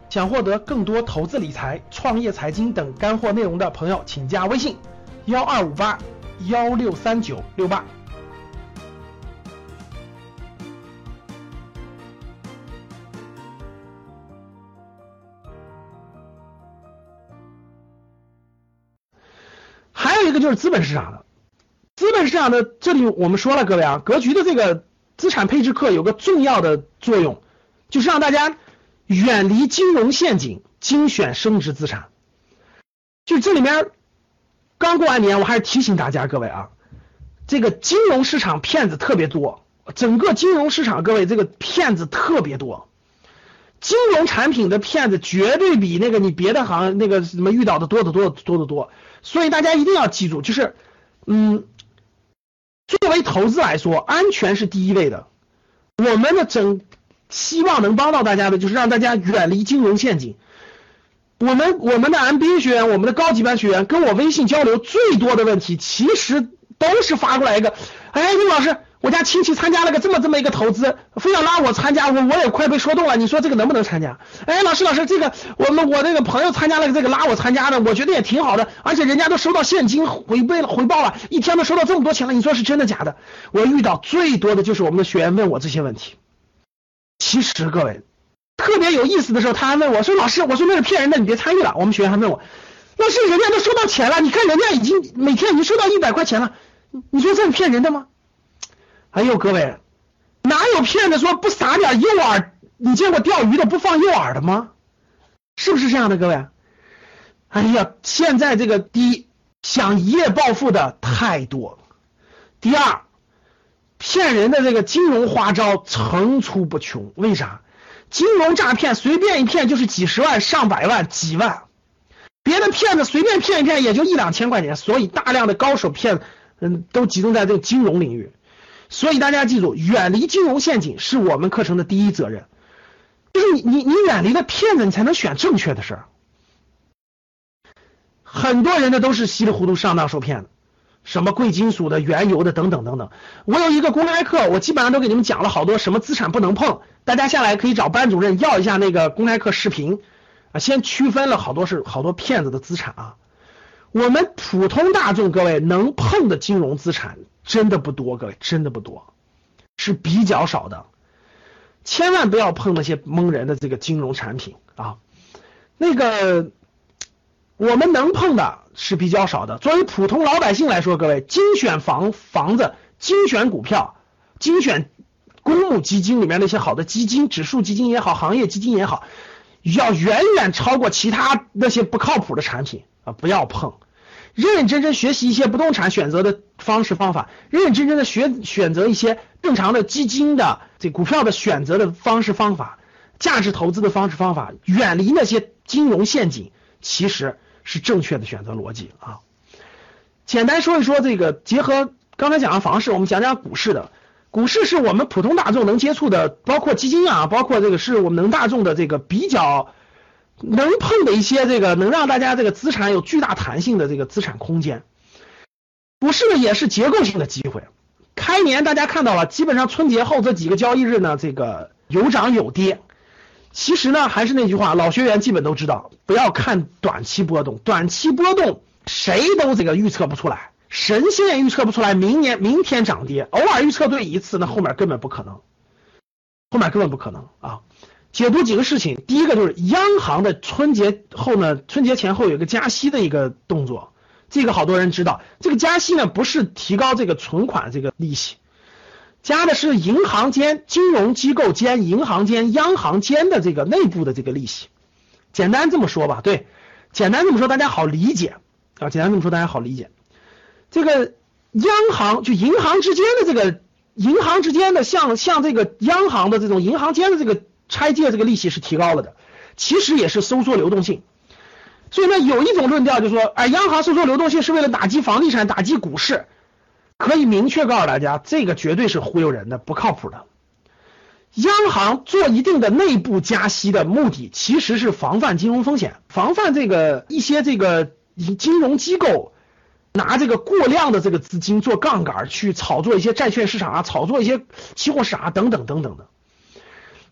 想获得更多投资理财、创业财经等干货内容的朋友，请加微信1258-163968。还有一个就是资本市场的，资本市场的这里我们说了，各位啊，格局的这个资产配置课有个重要的作用，就是让大家远离金融陷阱，精选升值资产。就这里面刚过完年，我还是提醒大家各位啊，这个金融市场骗子特别多，整个金融市场各位这个骗子特别多，金融产品的骗子绝对比那个你别的行业那个什么遇到的多得多，所以大家一定要记住，就是作为投资来说，安全是第一位的。我们的希望能帮到大家的就是让大家远离金融陷阱。我们的 MBA 学员，我们的高级班学员跟我微信交流最多的问题，其实都是发过来一个，陆老师，我家亲戚参加了个这么一个投资，非要拉我参加，我也快被说动了，你说这个能不能参加？老师，这个我那个朋友参加了这个拉我参加的，我觉得也挺好的，而且人家都收到现金回报了，一天都收到这么多钱了，你说是真的假的？我遇到最多的就是我们的学员问我这些问题。其实各位特别有意思的时候，他还问我说，老师，我说那是骗人的，你别参与了。我们学员还问我，老师，人家都收到钱了，你看人家每天已经收到100块钱了，你说这是骗人的吗？各位，哪有骗子说不撒点诱饵？你见过钓鱼的不放诱饵的吗？是不是这样的各位？现在这个第一，想一夜暴富的太多，第二，骗人的这个金融花招层出不穷。为啥？金融诈骗随便一骗就是几十万、上百万、几万，别的骗子随便骗一骗也就1-2千块钱，所以大量的高手骗都集中在这个金融领域。所以大家记住，远离金融陷阱是我们课程的第一责任，就是你远离了骗子，你才能选正确的事儿。很多人都是稀里糊涂上当受骗的，什么贵金属的、原油的等等。我有一个公开课，我基本上都给你们讲了好多什么资产不能碰，大家下来可以找班主任要一下那个公开课视频先区分了好多骗子的资产啊。我们普通大众各位能碰的金融资产真的不多，各位真的不多，是比较少的，千万不要碰那些蒙人的这个金融产品啊。那个我们能碰的是比较少的。作为普通老百姓来说，各位精选房子、精选股票、精选公募基金里面那些好的基金，指数基金也好，行业基金也好，要远远超过其他那些不靠谱的产品不要碰。认认真真学习一些不动产选择的方式方法，认认真真的选择一些正常的基金的这股票的选择的方式方法，价值投资的方式方法，远离那些金融陷阱，其实是正确的选择逻辑啊。简单说一说这个，结合刚才讲的房市，我们讲讲股市的。股市是我们普通大众能接触的，包括基金包括这个是我们能大众的这个比较能碰的一些这个能让大家这个资产有巨大弹性的这个资产空间。股市呢也是结构性的机会。开年大家看到了，基本上春节后这几个交易日呢，这个有涨有跌。其实呢还是那句话，老学员基本都知道，不要看短期波动，短期波动谁都这个预测不出来，神仙也预测不出来明天涨跌，偶尔预测对一次，那后面根本不可能啊。解读几个事情，第一个就是央行的春节前后有一个加息的一个动作，这个好多人知道，这个加息呢不是提高这个存款这个利息，加的是银行间、金融机构间、银行间、央行间的这个内部的这个利息。简单这么说吧，对，简单这么说大家好理解啊，简单这么说大家好理解。这个央行就银行之间的像这个央行的这种银行间的这个拆借这个利息是提高了的，其实也是收缩流动性。所以呢，有一种论调就是说，央行收缩流动性是为了打击房地产、打击股市。可以明确告诉大家，这个绝对是忽悠人的，不靠谱的。央行做一定的内部加息的目的，其实是防范金融风险，防范这个一些这个金融机构拿这个过量的这个资金做杠杆去炒作一些债券市场炒作一些期货市场等等的。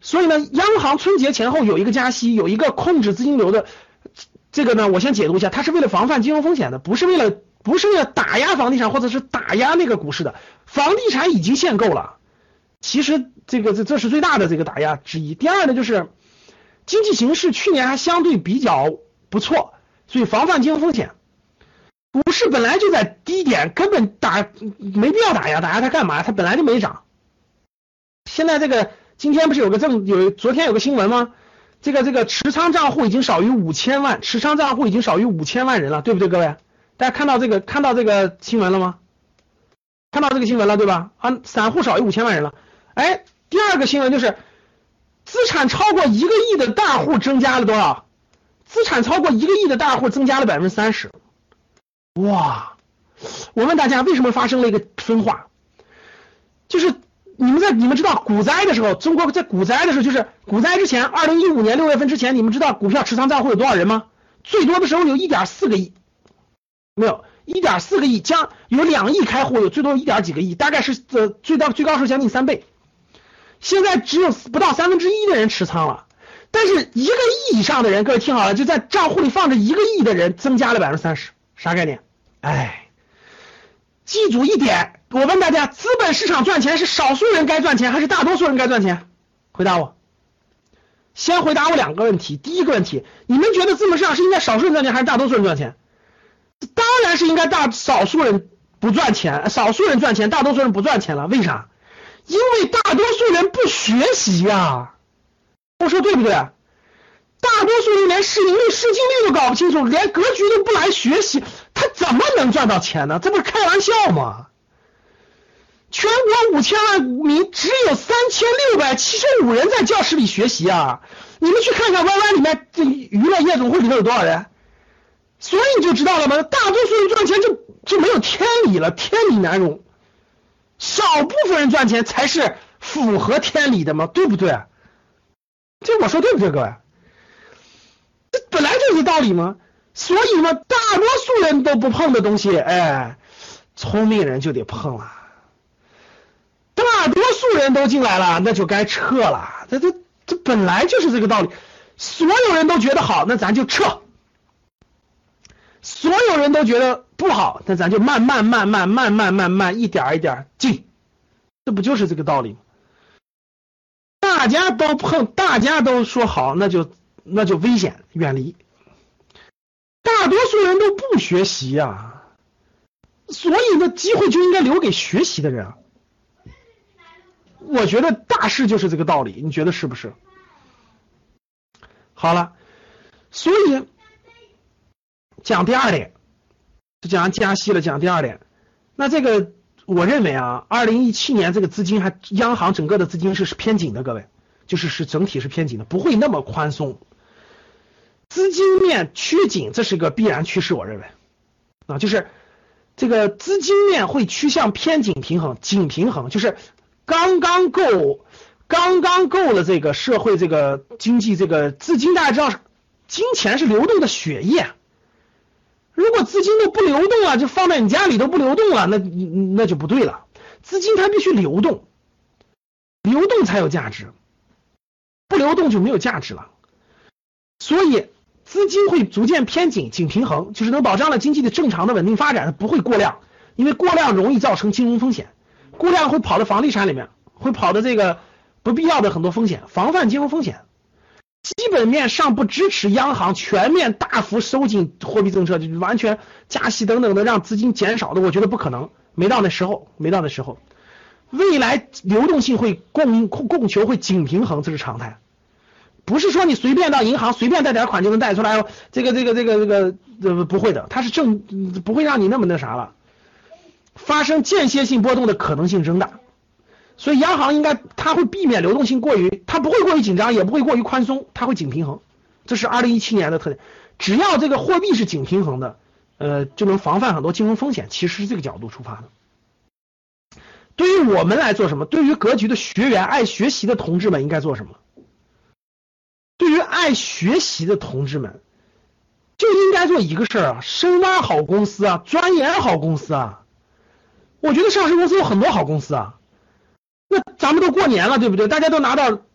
所以呢，央行春节前后有一个加息，有一个控制资金流的，这个呢，我先解读一下，它是为了防范金融风险的，不是为了打压房地产或者是打压那个股市的，房地产已经限购了，其实这是最大的这个打压之一。第二呢，就是经济形势去年还相对比较不错，所以防范金融风险。股市本来就在低点，根本没必要打压它干嘛？它本来就没涨。现在今天不是昨天有个新闻吗？这个持仓账户已经少于5000万，持仓账户已经少于5000万人了，对不对，各位？大家看到这个新闻了吗？看到这个新闻了，对吧？啊，散户少于5000万人了。哎，第二个新闻就是资产超过1个亿的大户增加了多少？资产超过1个亿的大户增加了30%。哇！我问大家，为什么发生了一个分化？就是你们知道股灾的时候，中国在股灾的时候，就是股灾之前，2015年6月份之前，你们知道股票持仓账户有多少人吗？最多的时候有1.4个亿，没有1.4个亿，有2亿开户，有最多1点几个亿，大概是最高时候将近3倍。现在只有不到1/3的人持仓了，但是1个亿以上的人，各位听好了，就在账户里放着1个亿的人增加了30%，啥概念？哎，记住一点，我问大家，资本市场赚钱是少数人该赚钱还是大多数人该赚钱？回答我。先回答我2个问题。第一个问题，你们觉得资本市场是应该少数人赚钱还是大多数人赚钱？当然是应该少数人不赚钱，少数人赚钱，大多数人不赚钱了。为啥？因为大多数人不学习呀。我说对不对？大多数人连市盈率、市净率都搞不清楚，连格局都不来学习，他怎么能赚到钱呢？这不是开玩笑吗？全国5000万股民，只有3675人在教室里学习啊！你们去看看 YY 里面这娱乐夜总会里头有多少人，所以你就知道了吗？大多数人赚钱就没有天理了，天理难容。少部分人赚钱才是符合天理的嘛，对不对？这我说对不对，各位？这本来就是道理嘛。所以嘛，大多数人都不碰的东西，哎，聪明人就得碰了。大多数人都进来了，那就该撤了。这本来就是这个道理。所有人都觉得好，那咱就撤；所有人都觉得不好，那咱就慢慢一点一点进。这不就是这个道理吗？大家都碰，大家都说好，那就危险，远离。大多数人都不学习啊，所以呢，机会就应该留给学习的人啊。我觉得大势就是这个道理，你觉得是不是？好了，所以讲第二点，就讲加息了，讲第二点。那这个我认为啊，2017年这个资金央行整个的资金是偏紧的，各位，就是整体是偏紧的，不会那么宽松。资金面趋紧，这是个必然趋势，我认为啊，就是这个资金面会趋向偏紧平衡，紧平衡，就是刚刚够了这个社会这个经济这个资金，大家知道金钱是流动的血液，如果资金都不流动了，就放在你家里都不流动了，那就不对了。资金它必须流动，流动才有价值，不流动就没有价值了。所以资金会逐渐偏紧，紧平衡，就是能保障了经济的正常的稳定发展，不会过量，因为过量容易造成金融风险，过量会跑到房地产里面，会跑到这个不必要的很多风险，防范金融风险。基本面上不支持央行全面大幅收紧货币政策，就完全加息等等的让资金减少的，我觉得不可能，没到那时候。未来流动性会供求会紧平衡，这是常态。不是说你随便到银行随便贷点款就能贷出来，这个不会的，它是不会让你那么那啥了，发生间歇性波动的可能性增大。所以央行它会避免流动性它不会过于紧张，也不会过于宽松，它会紧平衡，这是2017年的特点。只要这个货币是紧平衡的，就能防范很多金融风险，其实是这个角度出发的。对于我们来做什么？对于格局的学员、爱学习的同志们应该做什么？对于爱学习的同志们，就应该做一个事儿啊，深挖好公司啊，钻研好公司啊。我觉得上市公司有很多好公司啊。那咱们都过年了，对不对？大家都拿到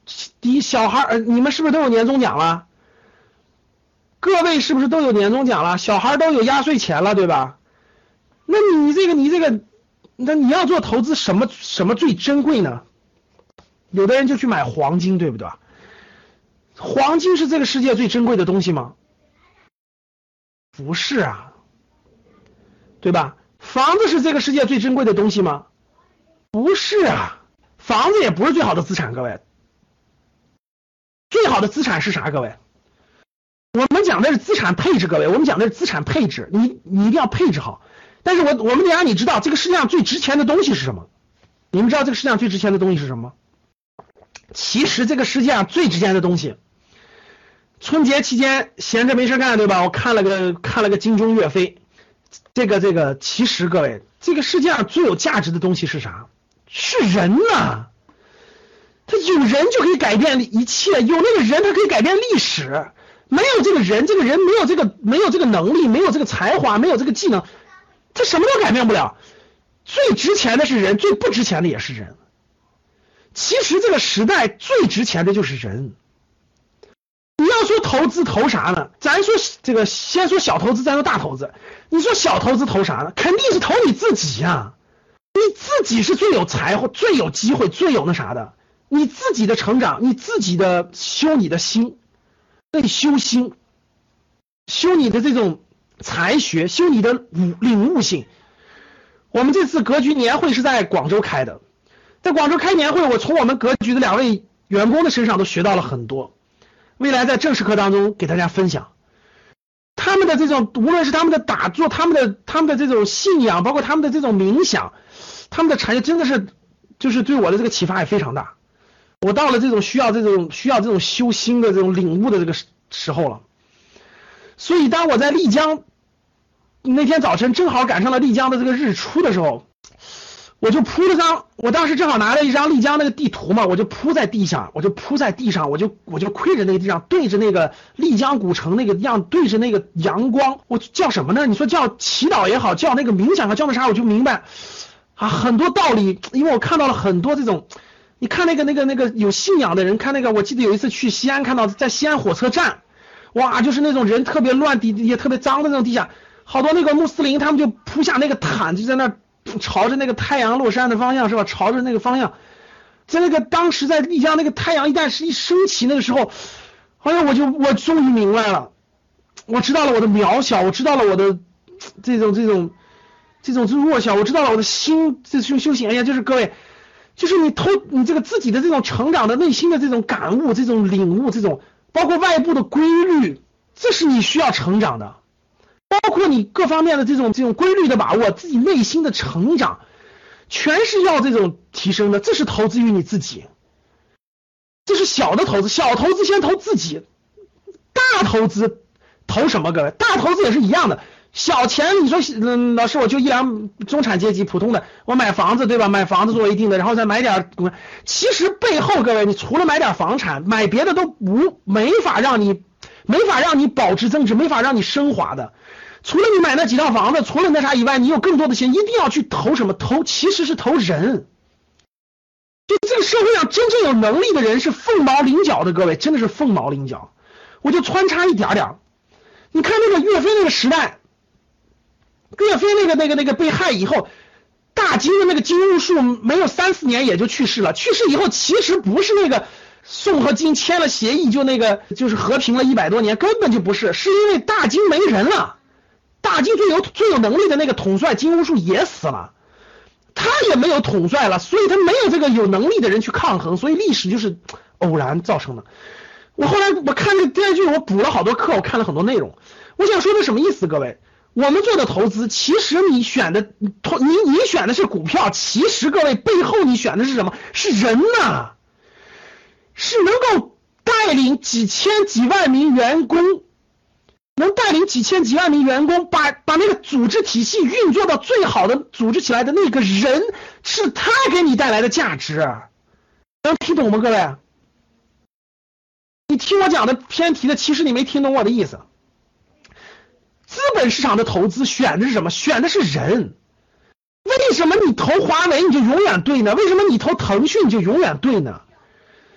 小孩你们是不是都有年终奖了？各位是不是都有年终奖了？小孩都有压岁钱了，对吧？那你这个，那你要做投资，什么最珍贵呢？有的人就去买黄金，对不对？黄金是这个世界最珍贵的东西吗？不是啊，对吧？房子是这个世界最珍贵的东西吗？不是啊，房子也不是最好的资产，各位。最好的资产是啥？各位，我们讲的是资产配置，各位，我们讲的是资产配置，你一定要配置好。但是我们得让你知道，这个世界上最值钱的东西是什么？你们知道这个世界上最值钱的东西是什么？其实这个世界上最值钱的东西，春节期间闲着没事干，对吧？我看了个精忠岳飞，这个其实各位，这个世界上最有价值的东西是啥？是人呐！他有人就可以改变一切，有那个人他可以改变历史。没有这个人，这个人没有这个能力，没有这个才华，没有这个技能，他什么都改变不了。最值钱的是人，最不值钱的也是人。其实这个时代最值钱的就是人。你要说投资投啥呢？咱说这个，先说小投资，再说大投资。你说小投资投啥呢？肯定是投你自己呀。你自己是最有才华、最有机会、最有那啥的。你自己的成长，你自己的修你的心，得修心，修你的这种才学，修你的领悟性。我们这次格局年会是在广州开的，在广州开年会，我从我们格局的2位员工的身上都学到了很多，未来在正式课当中给大家分享他们的这种，无论是他们的打坐，他们的这种信仰，包括他们的这种冥想，他们的产业真的是就是对我的这个启发也非常大。我到了这种需要这种修心的这种领悟的这个时候了。所以当我在丽江那天早晨正好赶上了丽江的这个日出的时候，我就铺了张，我当时正好拿了一张丽江那个地图嘛，我就铺在地上，我就跪着那个地上，对着那个丽江古城那个样，对着那个阳光，我叫什么呢？你说叫祈祷也好，叫那个冥想也好，叫那啥，我就明白啊很多道理，因为我看到了很多这种。你看那个有信仰的人，看那个，我记得有一次去西安，看到在西安火车站，哇，就是那种人特别乱，也特别脏的那种地下，好多那个穆斯林，他们就铺下那个毯，就在那朝着那个太阳落山的方向，是吧？朝着那个方向，在那个当时在丽江那个太阳一旦是一升起那个时候，好像我终于明白了，我知道了我的渺小，我知道了我的这种弱小，我知道了我的心这种修行。哎呀，就是各位。就是你这个自己的这种成长的内心的这种感悟，这种领悟，这种包括外部的规律，这是你需要成长的，包括你各方面的这种规律的把握，自己内心的成长，全是要这种提升的。这是投资于你自己，这是小的投资，小投资先投自己，大投资投什么？各位，大投资也是一样的。小钱，你说老师我就一两中产阶级普通的，我买房子对吧？买房子作为一定的，然后再买点股票。其实背后各位，你除了买点房产，买别的都没法让你保值增值，没法让你升华的。除了你买那几套房子，除了那啥以外，你有更多的钱，一定要去投什么？其实是投人。就这个社会上真正有能力的人是凤毛麟角的，各位真的是凤毛麟角。我就穿插一点点，你看那个岳飞那个时代。岳飞那个被害以后，大金的那个金兀术没有3-4年也就去世了。去世以后，其实不是那个宋和金签了协议就是和平了100多年，根本就不是，是因为大金没人了。大金最有能力的那个统帅金兀术也死了，他也没有统帅了，所以他没有这个有能力的人去抗衡，所以历史就是偶然造成的。我后来我看这个电视剧，我补了好多课，我看了很多内容。我想说的什么意思，各位？我们做的投资，其实你选的是股票，其实各位背后你选的是什么？是人呐，是能够带领几千几万名员工，把那个组织体系运作到最好的组织起来的那个人，是他给你带来的价值。能听懂吗，各位？你听我讲的偏题的，其实你没听懂我的意思。资本市场的投资选的是什么？选的是人。为什么你投华为你就永远对呢？为什么你投腾讯就永远对呢？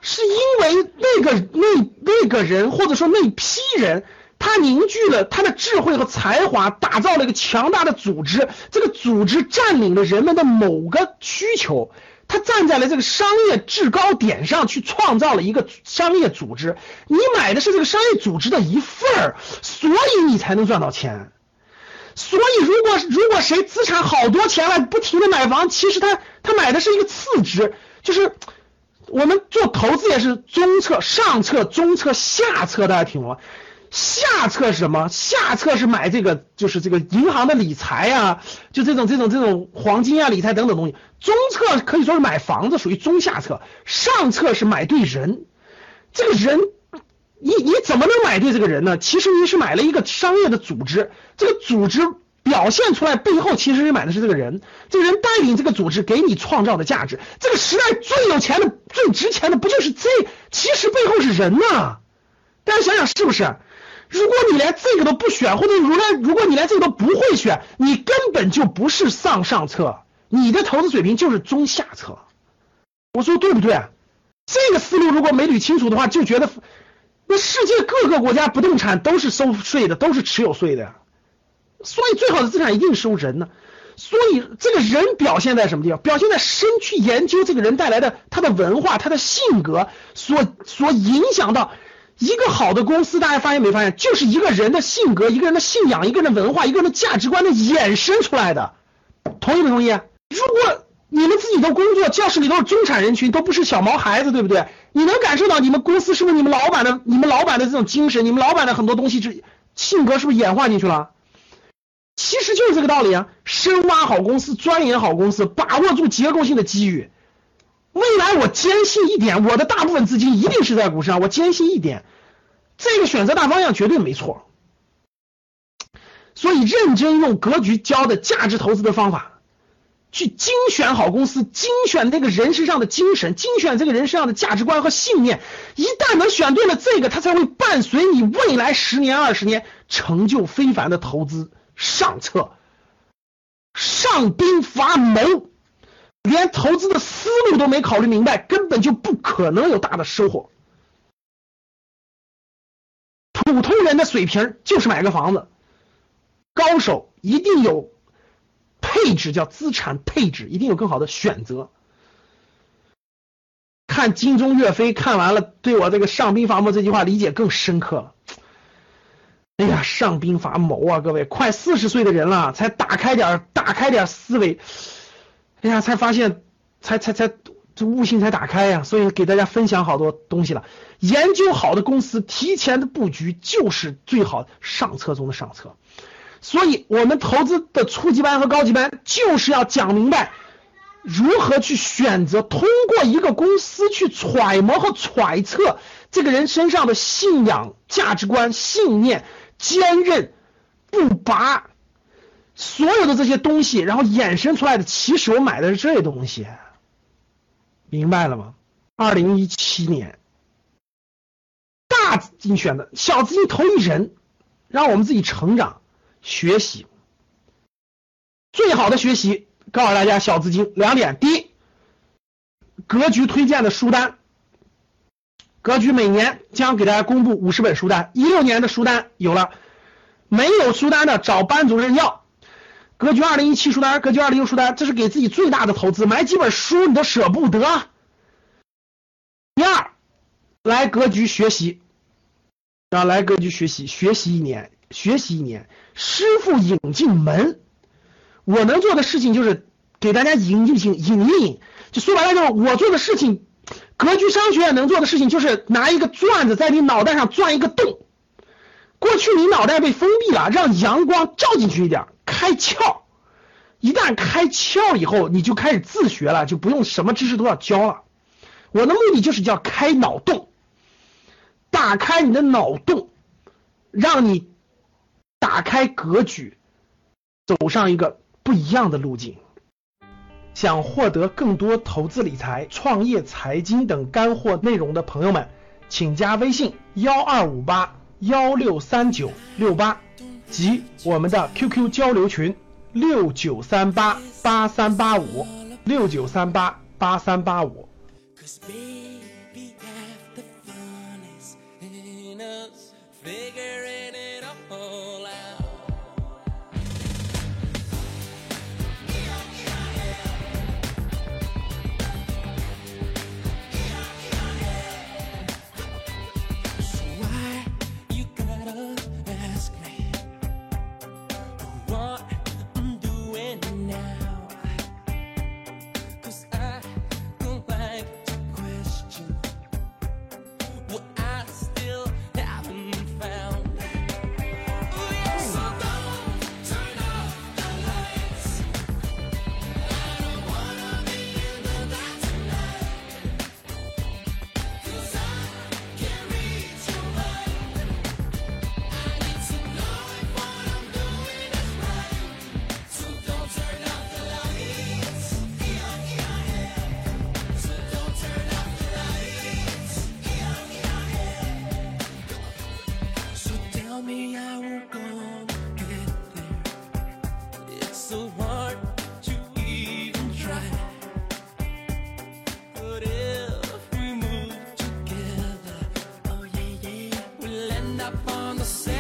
是因为那个人或者说那批人，他凝聚了他的智慧和才华，打造了一个强大的组织，这个组织占领了人们的某个需求，他站在了这个商业制高点上去创造了一个商业组织，你买的是这个商业组织的一份儿，所以你才能赚到钱。所以如果谁资产好多钱了，不停的买房，其实他买的是一个次之，就是我们做投资也是中策、上策、中策、下策，大家听过吗？下策是什么？下策是买这个，就是这个银行的理财啊，就这种黄金啊、理财等等东西。中策可以说是买房子，属于中下策。上策是买对人，这个人。你怎么能买对这个人呢？其实你是买了一个商业的组织，这个组织表现出来背后其实你买的是这个人，这个人带领这个组织给你创造的价值。这个时代最有钱的、最值钱的不就是这？其实背后是人呐，大家想想是不是？如果你连这个都不选，或者如果你连这个都不会选，你根本就不是上策，你的投资水平就是中下策。我说对不对？这个思路如果没捋清楚的话，就觉得那世界各个国家不动产都是收税的，都是持有税的呀，所以最好的资产一定收人呢。所以这个人表现在什么地方？表现在深去研究这个人带来的他的文化、他的性格所影响到一个好的公司。大家发现没发现？就是一个人的性格、一个人的信仰、一个人的文化、一个人的价值观的衍生出来的。同意不同意？如果你们自己都工作，教室里都是中产人群，都不是小毛孩子，对不对？你能感受到你们公司是不是你们老板的这种精神，你们老板的很多东西性格是不是演化进去了？其实就是这个道理啊，深挖好公司，钻研好公司，把握住结构性的机遇。未来我坚信一点，我的大部分资金一定是在股市上，我坚信一点，这个选择大方向绝对没错。所以认真用格局教的价值投资的方法去精选好公司，精选那个人身上的精神，精选这个人身上的价值观和信念，一旦能选对了这个，它才会伴随你未来10年20年成就非凡的投资上策。上兵伐谋，连投资的思路都没考虑明白，根本就不可能有大的收获。普通人的水平就是买个房子，高手一定有配置，叫资产配置，一定有更好的选择。看精忠岳飞看完了，对我这个上兵伐谋这句话理解更深刻了。哎呀，上兵伐谋啊，各位，快40岁的人了，才打开点思维，哎呀，才发现，这悟性才打开呀，所以给大家分享好多东西了。研究好的公司，提前的布局就是最好的上策中的上策。所以我们投资的初级班和高级班就是要讲明白如何去选择，通过一个公司去揣摩和揣测这个人身上的信仰、价值观、信念、坚韧不拔，所有的这些东西，然后衍生出来的，其实我买的是这些东西，明白了吗？2017年大资金选的，小资金投一人，让我们自己成长学习。最好的学习告诉大家，小资金2点。第一，格局推荐的书单，格局每年将给大家公布50本书单，16年的书单有了，没有书单的找班主任要。格局2017书单，格局2016书单，这是给自己最大的投资，买几本书你都舍不得。第二，来格局学习，来格局学习一年，师傅引进门。我能做的事情就是给大家引一引，就说白了就是我做的事情，格局商学院能做的事情就是拿一个钻子在你脑袋上钻一个洞，过去你脑袋被封闭了，让阳光照进去一点，开窍。一旦开窍以后，你就开始自学了，就不用什么知识都要教了。我的目的就是叫开脑洞，打开你的脑洞，让你打开格局，走上一个不一样的路径。想获得更多投资理财、创业财经等干货内容的朋友们，请加微信1258163968及我们的 QQ 交流群6938838569388385。 us figuring it all out. So why you gotta ask me what I'm doing now? 'Cause I don't like to question what I still haven't found. Oh yeah, so don't turn off the lights. I don't wanna be in the dark tonight. 'Cause I can't reach your mind. I need to know if what I'm doing is right. So don't turn off the lights. So don't turn off the lights. So tell me how we're gonna get there. It's so hard to even try. But if we move together, oh yeah, yeah, we'll end up on the same